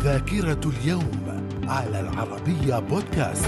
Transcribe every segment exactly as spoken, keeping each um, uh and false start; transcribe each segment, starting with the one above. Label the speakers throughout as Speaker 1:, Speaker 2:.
Speaker 1: ذاكرة اليوم على العربية بودكاست.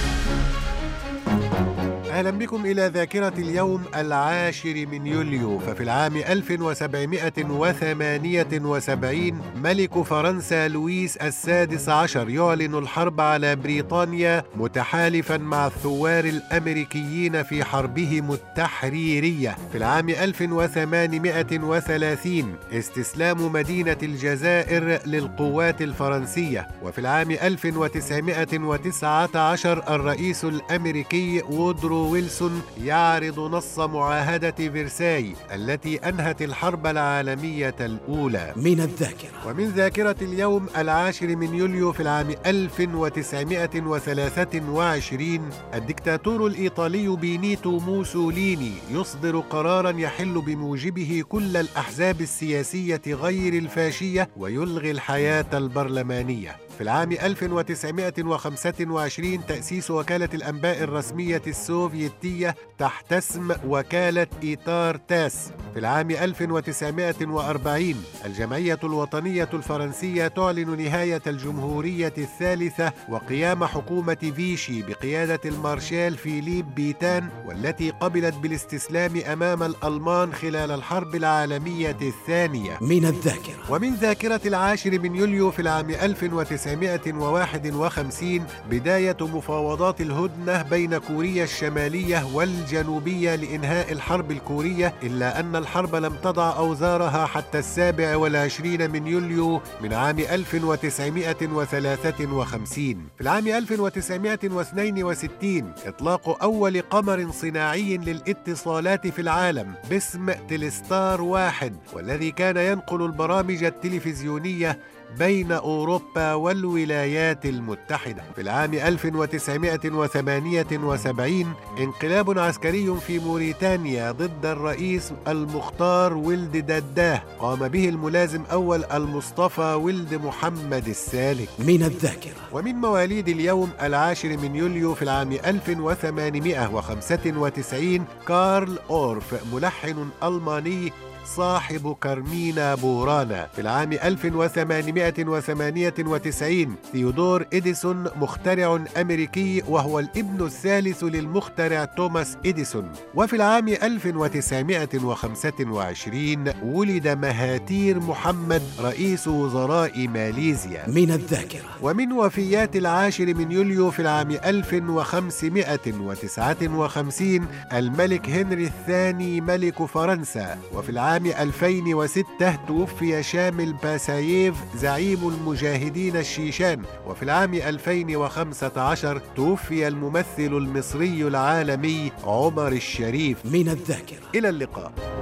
Speaker 2: أهلا بكم إلى ذاكرة اليوم العاشر من يوليو. ففي العام ألف وسبعمائة وثمانية وسبعين ملك فرنسا لويس السادس عشر يعلن الحرب على بريطانيا متحالفا مع الثوار الأمريكيين في حربهم التحريرية. في العام ألف وثمانمائة وثلاثين استسلام مدينة الجزائر للقوات الفرنسية. وفي العام ألف وتسعمائة وتسعة عشر الرئيس الأمريكي وودرو ويلسون يعرض نص معاهدة فرساي التي أنهت الحرب العالمية الأولى.
Speaker 3: من الذاكرة.
Speaker 2: ومن ذاكرة اليوم العاشر من يوليو في العام ألف وتسعمائة وثلاثة وعشرين الدكتاتور الإيطالي بينيتو موسوليني يصدر قراراً يحل بموجبه كل الأحزاب السياسية غير الفاشية ويلغي الحياة البرلمانية. في العام ألف وتسعمائة وخمسة وعشرين تأسيس وكالة الأنباء الرسمية السوفيتية تحت اسم وكالة إيتار تاس. في العام ألف وتسعمائة وأربعين الجمعية الوطنية الفرنسية تعلن نهاية الجمهورية الثالثة وقيام حكومة فيشي بقيادة المارشال فيليب بيتان، والتي قبلت بالاستسلام أمام الألمان خلال الحرب العالمية الثانية.
Speaker 3: من الذاكرة.
Speaker 2: ومن ذاكرة العاشر من يوليو في العام ألف وتسعمائة وواحد وخمسين بداية مفاوضات الهدنة بين كوريا الشمالية والجنوبية لإنهاء الحرب الكورية، إلا أن الحرب لم تضع أوزارها حتى السابع والعشرين من يوليو من عام ألف وتسعمائة وثلاثة وخمسين. في العام ألف وتسعمائة واثنين وستين إطلاق أول قمر صناعي للاتصالات في العالم باسم تيلستار واحد، والذي كان ينقل البرامج التلفزيونية بين أوروبا والولايات المتحدة. في العام ألف وتسعمائة وثمانية وسبعين انقلاب عسكري في موريتانيا ضد الرئيس المختار ولد دداه قام به الملازم أول المصطفى ولد محمد السالك.
Speaker 3: من الذاكرة.
Speaker 2: ومن مواليد اليوم العاشر من يوليو في العام ألف وثمانمائة وخمسة وتسعين كارل أورف ملحن ألماني صاحب كارمينا بورانا. في العام ألف وثمانمائة وثمانية وتسعين ثيودور إديسون مخترع أمريكي وهو الابن الثالث للمخترع توماس إديسون. وفي العام ألف وتسعمائة وخمسة وعشرين ولد مهاتير محمد رئيس وزراء ماليزيا.
Speaker 3: من الذاكرة.
Speaker 2: ومن وفيات العاشر من يوليو في العام ألف وخمسمائة وتسعة وخمسين الملك هنري الثاني ملك فرنسا. وفي العام عام ألفين وستة توفي شامل باساييف زعيم المجاهدين الشيشان. وفي العام ألفين وخمسة عشر توفي الممثل المصري العالمي عمر الشريف.
Speaker 3: من الذاكرة.
Speaker 2: إلى اللقاء.